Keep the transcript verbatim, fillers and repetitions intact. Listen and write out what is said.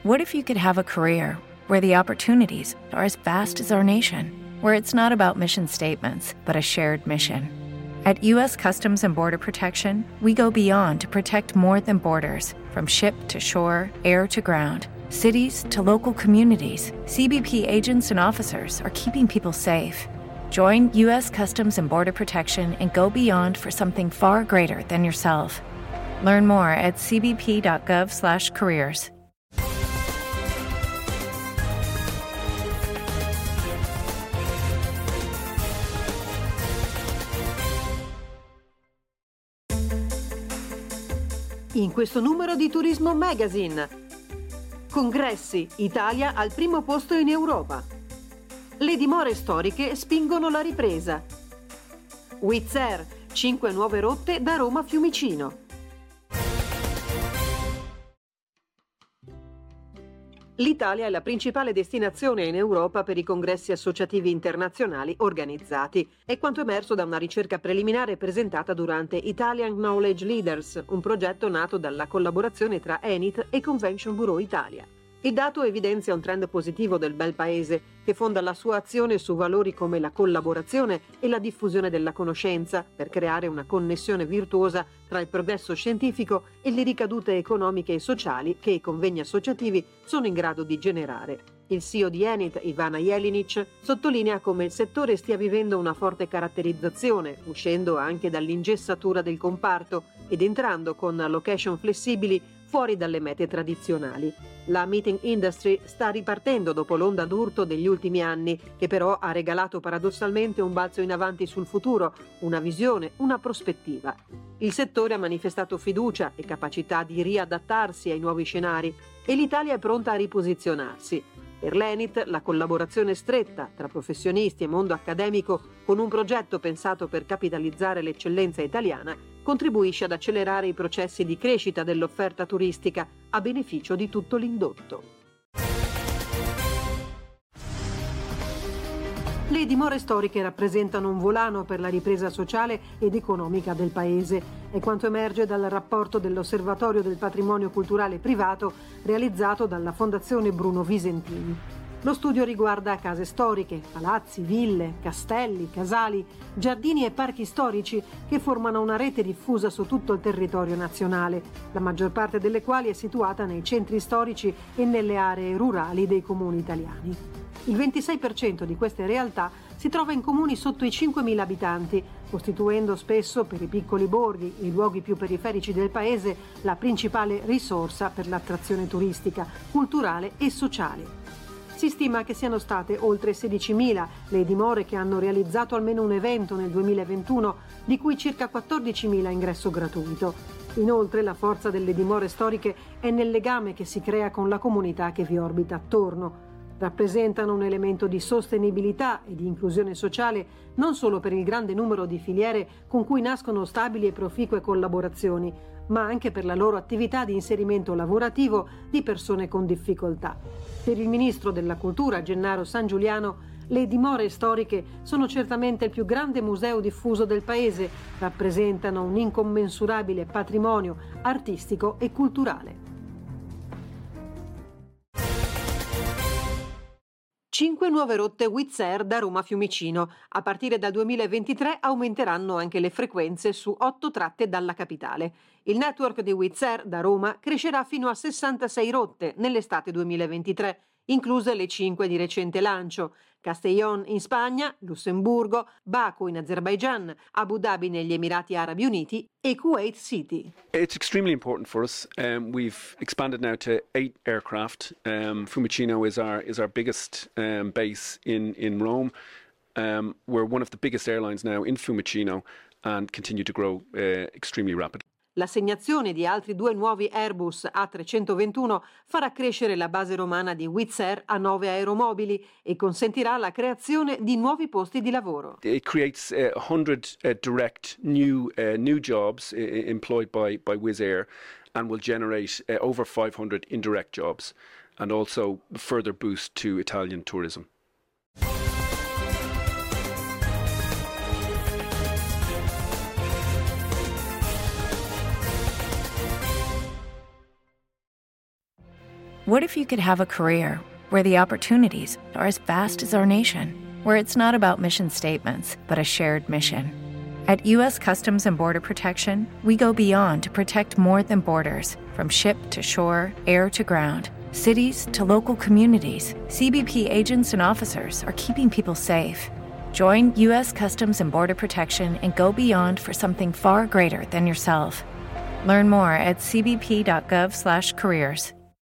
What if you could have a career where the opportunities are as vast as our nation, where it's not about mission statements, but a shared mission? At U S Customs and Border Protection, we go beyond to protect more than borders. From ship to shore, air to ground, cities to local communities, C B P agents and officers are keeping people safe. Join U S Customs and Border Protection and go beyond for something far greater than yourself. Learn more at c b p dot gov slash careers. In questo numero di Turismo Magazine: congressi, Italia al primo posto in Europa. Le dimore storiche spingono la ripresa. Wizz Air, cinque nuove rotte da Roma a Fiumicino. L'Italia è la principale destinazione in Europa per i congressi associativi internazionali organizzati. È quanto emerso da una ricerca preliminare presentata durante Italian Knowledge Leaders, un progetto nato dalla collaborazione tra Enit e Convention Bureau Italia. Il dato evidenzia un trend positivo del bel paese, che fonda la sua azione su valori come la collaborazione e la diffusione della conoscenza, per creare una connessione virtuosa tra il progresso scientifico e le ricadute economiche e sociali che i convegni associativi sono in grado di generare. Il C E O di Enit, Ivana Jelinic, sottolinea come il settore stia vivendo una forte caratterizzazione, uscendo anche dall'ingessatura del comparto ed entrando con location flessibili fuori dalle mete tradizionali. La meeting industry sta ripartendo dopo l'onda d'urto degli ultimi anni, che però ha regalato paradossalmente un balzo in avanti sul futuro, una visione, una prospettiva. Il settore ha manifestato fiducia e capacità di riadattarsi ai nuovi scenari e l'Italia è pronta a riposizionarsi. Per l'Enit, la collaborazione stretta tra professionisti e mondo accademico con un progetto pensato per capitalizzare l'eccellenza italiana contribuisce ad accelerare i processi di crescita dell'offerta turistica a beneficio di tutto l'indotto. Le dimore storiche rappresentano un volano per la ripresa sociale ed economica del paese. È quanto emerge dal rapporto dell'Osservatorio del Patrimonio Culturale Privato realizzato dalla Fondazione Bruno Visentini. Lo studio riguarda case storiche, palazzi, ville, castelli, casali, giardini e parchi storici che formano una rete diffusa su tutto il territorio nazionale, la maggior parte delle quali è situata nei centri storici e nelle aree rurali dei comuni italiani. Il ventisei per cento di queste realtà si trova in comuni sotto i cinquemila abitanti, costituendo spesso per i piccoli borghi, i luoghi più periferici del paese, la principale risorsa per l'attrazione turistica, culturale e sociale. Si stima che siano state oltre sedicimila le dimore che hanno realizzato almeno un evento nel duemilaventuno, di cui circa quattordicimila a ingresso gratuito. Inoltre la forza delle dimore storiche è nel legame che si crea con la comunità che vi orbita attorno. Rappresentano un elemento di sostenibilità e di inclusione sociale non solo per il grande numero di filiere con cui nascono stabili e proficue collaborazioni, ma anche per la loro attività di inserimento lavorativo di persone con difficoltà. Per il ministro della Cultura, Gennaro Sangiuliano, le dimore storiche sono certamente il più grande museo diffuso del paese, rappresentano un incommensurabile patrimonio artistico e culturale. Cinque nuove rotte Wizz Air da Roma a Fiumicino. A partire dal duemilaventitré aumenteranno anche le frequenze su otto tratte dalla capitale. Il network di Wizz Air da Roma crescerà fino a sessantasei rotte nell'estate duemilaventitré, incluse le cinque di recente lancio: Castellón in Spagna, Lussemburgo, Baku in Azerbaijan, Abu Dhabi negli Emirati Arabi Uniti e Kuwait City. It's extremely important for us. Um, we've expanded now to eight aircraft. Um, Fiumicino is our is our biggest um, base in in Rome. Um, we're one of the biggest airlines now in Fiumicino and continue to grow uh, extremely rapidly. L'assegnazione di altri due nuovi Airbus A trecentoventuno farà crescere la base romana di Wizz Air a nove aeromobili e consentirà la creazione di nuovi posti di lavoro. It creates uh, one hundred uh, direct new uh, new jobs uh, employed by by Wizz Air and will generate uh, over five hundred indirect jobs and also further boost to Italian tourism. What if you could have a career where the opportunities are as vast as our nation, where it's not about mission statements, but a shared mission? At U S Customs and Border Protection, we go beyond to protect more than borders. From ship to shore, air to ground, cities to local communities, C B P agents and officers are keeping people safe. Join U S Customs and Border Protection and go beyond for something far greater than yourself. Learn more at c b p dot gov slash careers.